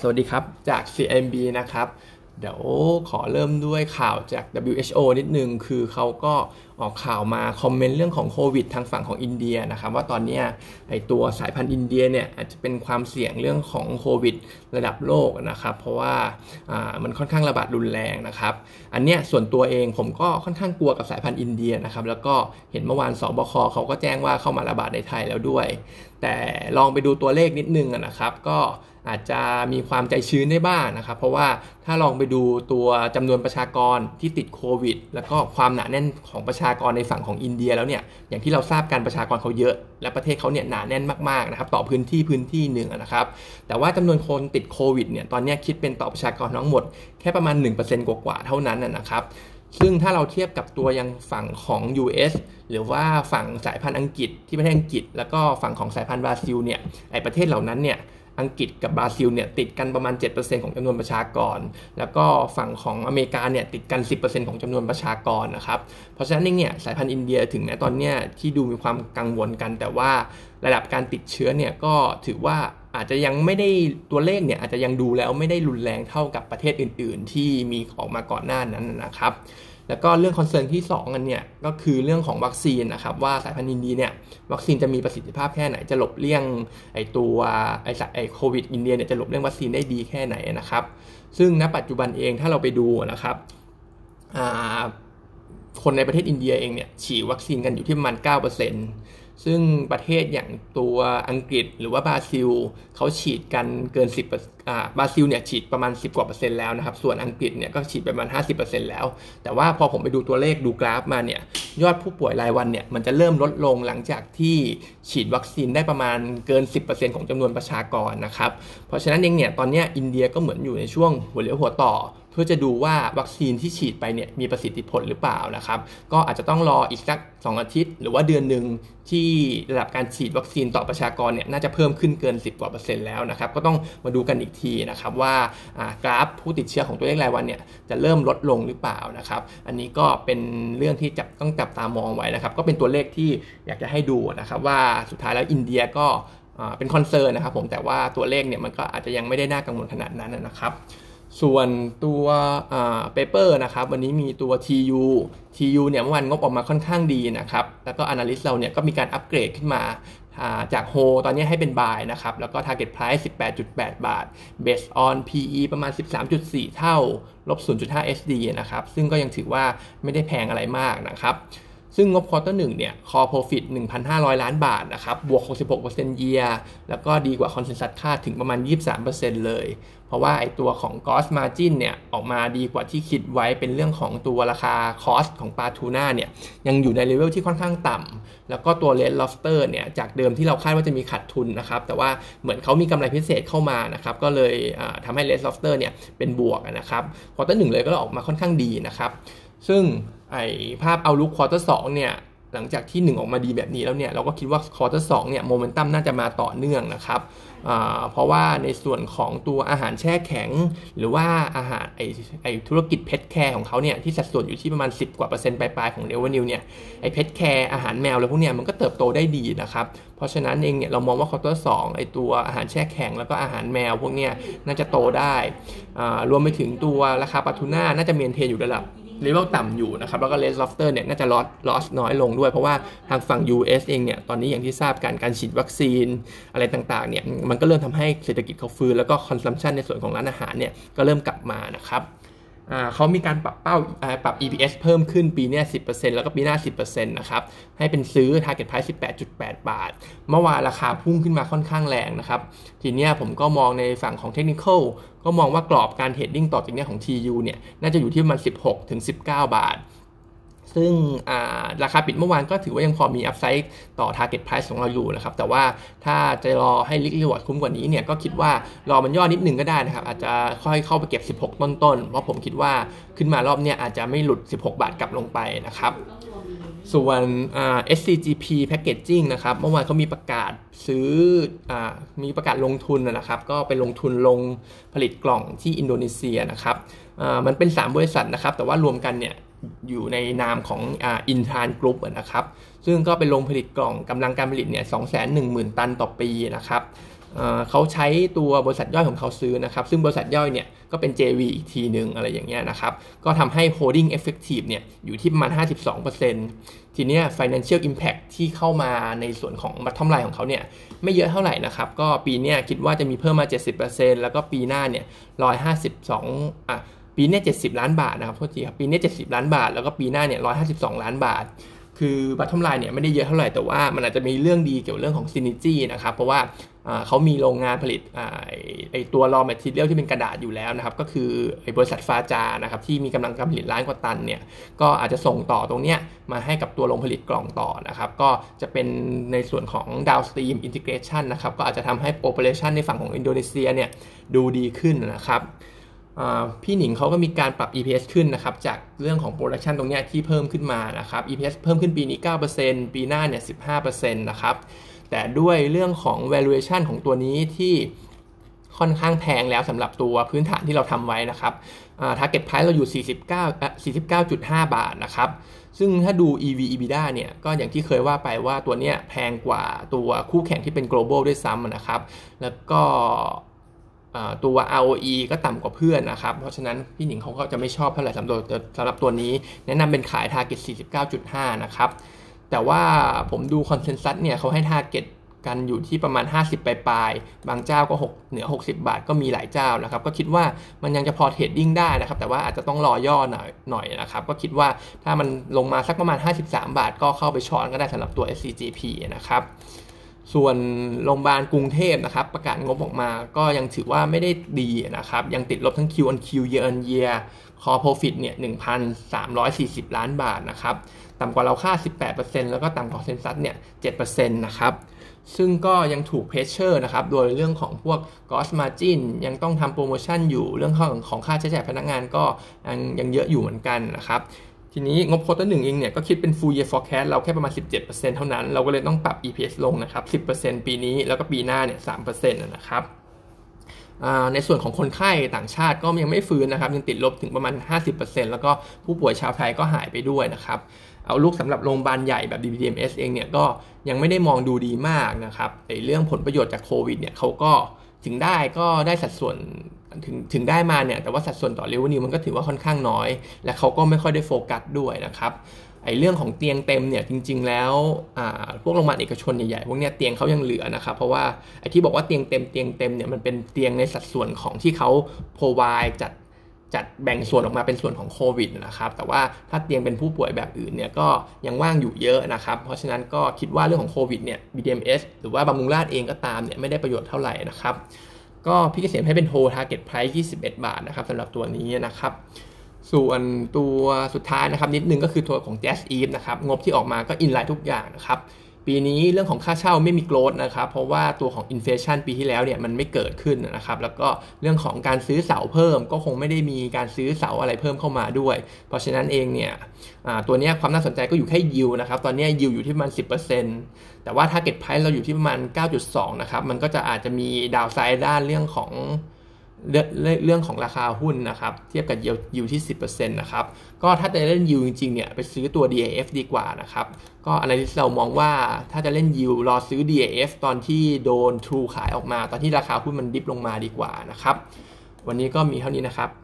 สวัสดีครับจาก CMB นะครับเดี๋ยวขอเริ่มด้วยข่าวจาก WHO นิดนึงคือเขาก็ออกข่าวมาคอมเมนต์เรื่องของโควิดทางฝั่งของอินเดียนะครับว่าตอนนี้ไอตัวสายพันธุ์อินเดียเนี่ยอาจจะเป็นความเสี่ยงเรื่องของโควิดระดับโลกนะครับเพราะว่ามันค่อนข้างระบาดรุนแรงนะครับอันเนี้ยส่วนตัวเองผมก็ค่อนข้างกลัวกับสายพันธุ์อินเดียนะครับแล้วก็เห็นเมื่อวานสบคเขาก็แจ้งว่าเข้ามาระบาดในไทยแล้วด้วยแต่ลองไปดูตัวเลขนิดนึงนะครับก็อาจจะมีความใจชื้นได้บ้างนะครับเพราะว่าถ้าลองไปดูตัวจำนวนประชากรที่ติดโควิดแล้วก็ความหนาแน่นของประชากรในฝั่งของอินเดียแล้วเนี่ยอย่างที่เราทราบกันประชากรเขาเยอะและประเทศเขาเนี่ยหนาแน่นมากๆนะครับต่อพื้นที่หนึ่งนะครับแต่ว่าจำนวนคนติดโควิดเนี่ยตอนนี้คิดเป็นต่อประชากรทั้งหมดแค่ประมาณ 1% กว่าๆเท่านั้นนะครับซึ่งถ้าเราเทียบกับตัวยังฝั่งของ US หรือว่าฝั่งสายพันธุ์อังกฤษที่ประเทศอังกฤษแล้วก็ฝั่งของสายพันธุ์บราซิลเนี่ยไอประเทศเหล่านั้นเนี่ยอังกฤษกับบราซิลเนี่ยติดกันประมาณ 7% ของจำนวนประชากรแล้วก็ฝั่งของอเมริกาเนี่ยติดกัน 10% ของจำนวนประชากรนะครับเพราะฉะนั้นเนี่ยสายพันธุ์อินเดียถึงแม้ตอนนี้ที่ดูมีความกังวลกันแต่ว่าระดับการติดเชื้อเนี่ยก็ถือว่าอาจจะยังไม่ได้ตัวเลขเนี่ยอาจจะยังดูแล้วไม่ได้รุนแรงเท่ากับประเทศอื่นๆที่มีออกมาก่อนหน้านั้นนะครับแล้วก็เรื่องคอนเซิร์นที่2กันเนี่ยก็คือเรื่องของวัคซีนนะครับว่าสายพันธุ์อินเดียเนี่ยวัคซีนจะมีประสิทธิภาพแค่ไหนจะหลบเลี่ยงไอโควิดอินเดียเนี่ยจะหลบเลี่ยงวัคซีนได้ดีแค่ไหนนะครับซึ่งณปัจจุบันเองถ้าเราไปดูนะครับคนในประเทศอินเดียเองเนี่ยฉีดวัคซีนกันอยู่ที่ประมาณ 9%ซึ่งประเทศอย่างตัวอังกฤษหรือว่าบราซิลเขาฉีดกันเกิน10บราซิลเนี่ยฉีดประมาณ10กว่า%แล้วนะครับส่วนอังกฤษเนี่ยก็ฉีดประมาณ 50% แล้วแต่ว่าพอผมไปดูตัวเลขดูกราฟมาเนี่ยยอดผู้ป่วยรายวันเนี่ยมันจะเริ่มลดลงหลังจากที่ฉีดวัคซีนได้ประมาณเกิน 10% ของจำนวนประชากรนะครับเพราะฉะนั้นเองเนี่ยตอนนี้อินเดียก็เหมือนอยู่ในช่วงหัวเลี้ยวหัวต่อเพื่อจะดูว่าวัคซีนที่ฉีดไปเนี่ยมีประสิทธิผลหรือเปล่านะครับก็อาจจะต้องรออีกสัก2อาทิตย์หรือว่าเดือนนึงที่ระดับการฉีดวัคซีนต่อประชากรเนี่ยน่าจะเพิ่มขึ้นเกิน10กว่า%แล้วนะครับก็ต้องมาดูกันอีกทีนะครับว่ากราฟผู้ติดเชื้อของตัวเลขรายวันเนี่ยจะเริ่มลดลงหรือเปล่านะครับอันนี้ก็เป็นเรื่องที่ต้องจับตามองไว้นะครับก็เป็นตัวเลขที่อยากจะให้ดูนะครับว่าสุดท้ายแล้วอินเดียก็เป็นคอนเซิร์นนะครับผมแต่ว่าตัวเลขเนี่ยมันก็อาจจะยังไม่ได้น่ากังวลขนาดนั้นนะครับส่วนตัวเปเปอร์นะครับวันนี้มีตัว TU เนี่ยเมื่อวานงบออกมาค่อนข้างดีนะครับแล้วก็ Analyst เราเนี่ยก็มีการอัปเกรดขึ้นมาจากโฮตอนนี้ให้เป็น buy นะครับแล้วก็ target price 18.8 บาท based on PE ประมาณ 13.4 เท่าลบ 0.5 SD นะครับซึ่งก็ยังถือว่าไม่ได้แพงอะไรมากนะครับซึ่งงบควอเตอร์1เนี่ย core profit 1,500 ล้านบาทนะครับบวก 66% year แล้วก็ดีกว่า consensus คาดถึงประมาณ 23% เลยเพราะว่าไอตัวของ gross margin เนี่ยออกมาดีกว่าที่คิดไว้เป็นเรื่องของตัวราคา cost ของปลาทูน่าเนี่ยยังอยู่ในเลเวลที่ค่อนข้างต่ำแล้วก็ตัว Red Lobster เนี่ยจากเดิมที่เราคาดว่าจะมีขาดทุนนะครับแต่ว่าเหมือนเขามีกำไรพิเศษเข้ามานะครับก็เลยทำให้ Red Lobster เนี่ยเป็นบวกนะครับควอเตอร์1เลยก็ออกมาค่อนข้างดีนะครับซึ่งภาพเอาลุกควอเตอร์2เนี่ยหลังจากที่1ออกมาดีแบบนี้แล้วเนี่ยเราก็คิดว่าควอเตอร์2เนี่ยโมเมนตัมน่าจะมาต่อเนื่องนะครับเพราะว่าในส่วนของตัวอาหารแช่แข็งหรือว่าอาหารธุรกิจเพ t แคร์ของเขาเนี่ยที่สัดส่วนอยู่ที่ประมาณ10กว่า%ปลายๆของ revenue เนี่ยเพ t แคร์อาหารแมวแล้วพวกเนี้ยมันก็เติบโตได้ดีนะครับเพราะฉะนั้นเองเนี่ยเรามองว่าควอเตอร์2ตัวอาหารแช่แข็งแล้วก็อาหารแมวพวกเนี้ยน่าจะโตได้รวมไปถึงตัวราคาปลาทูน่าน่าจะเมนเทนอยู่ระดับเลเวลต่ำอยู่นะครับแล้วก็ Red Lobster เนี่ยน่าจะลอสน้อยลงด้วยเพราะว่าทางฝั่ง US เองเนี่ยตอนนี้อย่างที่ทราบการฉีดวัคซีนอะไรต่างๆเนี่ยมันก็เริ่มทำให้เศรษฐกิจเขาฟื้นแล้วก็ consumption ในส่วนของร้านอาหารเนี่ยก็เริ่มกลับมานะครับเขามีการปรับ EPS เพิ่มขึ้นปีนี้ 10% แล้วก็ปีหน้า 10% นะครับให้เป็นซื้อ target price 18.8 บาทเมื่อวานราคาพุ่งขึ้นมาค่อนข้างแรงนะครับทีนี้ผมก็มองในฝั่งของ technical ก็มองว่ากรอบการเทรดดิ้งต่อจากนี้ของ TU เนี่ยน่าจะอยู่ที่ประมาณ16-19 บาทซึ่งราคาปิดเมื่อวานก็ถือว่ายังพอมี upside ต่อ target price ของเราอยู่นะครับแต่ว่าถ้าจะรอให้ risk reward คุ้มกว่านี้เนี่ยก็คิดว่ารอมันย่อนิดนึงก็ได้นะครับอาจจะค่อยเข้าไปเก็บ16ต้นๆเพราะผมคิดว่าขึ้นมารอบนี้อาจจะไม่หลุด16บาทกลับลงไปนะครับส่วน SCGP Packaging นะครับเมื่อวานเขามีประกาศซื้อมีประกาศลงทุนนะครับก็ไปลงทุนลงผลิตกล่องที่อินโดนีเซียนะครับมันเป็น3บริษัทนะครับแต่ว่ารวมกันเนี่ยอยู่ในนามของอินทรานกรุ๊ปนะครับซึ่งก็เป็นโรงผลิตกล่องกำลังการผลิตเนี่ย 210,000 ตันต่อปีนะครับเขาใช้ตัวบริษัทย่อยของเขาซื้อนะครับซึ่งบริษัทย่อยเนี่ยก็เป็น JV อีกทีหนึ่งอะไรอย่างเงี้ยนะครับก็ทำให้ holding effective เนี่ยอยู่ที่ประมาณ 52% ทีเนี้ย financial impact ที่เข้ามาในส่วนของ bottom line ของเขาเนี่ยไม่เยอะเท่าไหร่นะครับก็ปีเนี้ยคิดว่าจะมีเพิ่มมา 70% แล้วก็ปีหน้าเนี่ย152ปีนี้70ล้านบาทนะครับโทษทีครับปีนี้70ล้านบาทแล้วก็ปีหน้าเนี่ย152ล้านบาทคือบัตทอมไลน์เนี่ยไม่ได้เยอะเท่าไหร่แต่ว่ามันอาจจะมีเรื่องดีเกี่ยวกับเรื่องของซินิจี้นะครับเพราะว่าเขามีโรงงานผลิตไอตัว raw material ที่เป็นกระดาษอยู่แล้วนะครับก็คือบริษัทฟาจานะครับที่มีกำลังการผลิตล้านกว่าตันเนี่ยก็อาจจะส่งต่อตรงเนี้ยมาให้กับตัวโรงผลิตกล่องต่อนะครับก็จะเป็นในส่วนของ downstream integration นะครับก็อาจจะทำให้ operation ในฝั่งของอินโดนีเซียเนี่ยดูดีขึ้นนะครับพี่หนิงเขาก็มีการปรับ EPS ขึ้นนะครับจากเรื่องของ production ตรงนี้ที่เพิ่มขึ้นมานะครับ EPS เพิ่มขึ้นปีนี้ 9% ปีหน้าเนี่ย 15% นะครับแต่ด้วยเรื่องของ valuation ของตัวนี้ที่ค่อนข้างแพงแล้วสำหรับตัวพื้นฐานที่เราทำไว้นะครับ target price เราอยู่49.5 บาทนะครับซึ่งถ้าดู EV/EBITDA เนี่ยก็อย่างที่เคยว่าไปว่าตัวเนี้ยแพงกว่าตัวคู่แข่งที่เป็น global ด้วยซ้ำนะครับแล้วก็ตัว ROE ก็ต่ำกว่าเพื่อนนะครับเพราะฉะนั้นพี่หนิงเขาก็จะไม่ชอบเท่าไหร่สำหรับตัวนี้แนะนำเป็นขาย target 49.5 นะครับแต่ว่าผมดู consensus เนี่ยเขาให้ target กันอยู่ที่ประมาณ50ปลายๆบางเจ้าก็เหนือ60บาทก็มีหลายเจ้านะครับก็คิดว่ามันยังจะพอเทรดดิ้งได้นะครับแต่ว่าอาจจะต้องรอย่อหน่อยนะครับก็คิดว่าถ้ามันลงมาสักประมาณ53บาทก็เข้าไปช้อนก็ได้สำหรับตัว SCGP นะครับส่วนโรงพยาบาลกรุงเทพนะครับประกาศงบออกมาก็ยังถือว่าไม่ได้ดีนะครับยังติดลบทั้ง Q-on-Q year on year core profit เนี่ย 1,340 ล้านบาทนะครับต่ำกว่าเราคาด 18% แล้วก็ต่ำกว่าเซนซัสเนี่ย 7% นะครับซึ่งก็ยังถูกเพชเชอร์นะครับโดยเรื่องของพวก gross margin ยังต้องทำโปรโมชั่นอยู่เรื่องของค่าใช้จ่ายพนักงานก็ยังเยอะอยู่เหมือนกันนะครับทีนี้งบควอเตอร์1เองเนี่ยก็คิดเป็น full year forecast เราแค่ประมาณ 17% เท่านั้นเราก็เลยต้องปรับ EPS ลงนะครับ 10% ปีนี้แล้วก็ปีหน้าเนี่ย 3% นะครับในส่วนของคนไข้ต่างชาติก็ยังไม่ฟื้นนะครับยังติดลบถึงประมาณ 50% แล้วก็ผู้ป่วยชาวไทยก็หายไปด้วยนะครับเอาลูกสำหรับโรงพยาบาลใหญ่แบบ DBMS เองเนี่ยก็ยังไม่ได้มองดูดีมากนะครับเรื่องผลประโยชน์จากโควิดเนี่ยเขาก็ถึงได้สัดส่วนถึงได้มาเนี่ยแต่ว่าสัดส่วนต่อ revenue มันก็ถือว่าค่อนข้างน้อยและเขาก็ไม่ค่อยได้โฟกัสด้วยนะครับเรื่องของเตียงเต็มเนี่ยจริงๆแล้วพวกโรงพยาบาลเอกชนใหญ่ๆพวกเนี้ยเตียงเขายังเหลือนะครับเพราะว่าที่บอกว่าเตียงเต็มเนี่ยมันเป็นเตียงในสัดส่วนของที่เขา provide จัดแบ่งส่วนออกมาเป็นส่วนของโควิดนะครับแต่ว่าถ้าเตียงเป็นผู้ป่วยแบบอื่นเนี่ยก็ยังว่างอยู่เยอะนะครับเพราะฉะนั้นก็คิดว่าเรื่องของโควิดเนี่ย BDMS หรือว่าบำรุงราษฎร์เองก็ตามเนี่ยไม่ได้ประโยชน์เท่าไหร่นะครับก็พี่เกษมให้เป็น whole target price 21 บาทนะครับสำหรับตัวนี้นะครับส่วนตัวสุดท้ายนะครับนิดนึงก็คือตัวของ Jazz Eve นะครับงบที่ออกมาก็อินไลน์ทุกอย่างนะครับปีนี้เรื่องของค่าเช่าไม่มีโกรธนะครับเพราะว่าตัวของอินเฟลชันปีที่แล้วเนี่ยมันไม่เกิดขึ้นนะครับแล้วก็เรื่องของการซื้อเสาเพิ่มก็คงไม่ได้มีการซื้อเสาอะไรเพิ่มเข้ามาด้วยเพราะฉะนั้นเองเนี่ยตัวนี้ความน่าสนใจก็อยู่แค่ยิวนะครับตอนนี้ยิวอยู่ที่ประมาณ 10% แต่ว่า target price เราอยู่ที่ประมาณ 9.2 นะครับมันก็จะอาจจะมีดาวไซด์ด้านเรื่องของราคาหุ้นนะครับเทียบกับยิวที่ 10% นะครับก็ถ้าจะเล่นยิวจริงๆเนี่ยไปซื้อตัว DAF ดีกว่านะครับก็อะไรที่เรามองว่าถ้าจะเล่นยิวรอซื้อ DAF ตอนที่โดน True ขายออกมาตอนที่ราคาหุ้นมันดิฟลงมาดีกว่านะครับวันนี้ก็มีเท่านี้นะครับ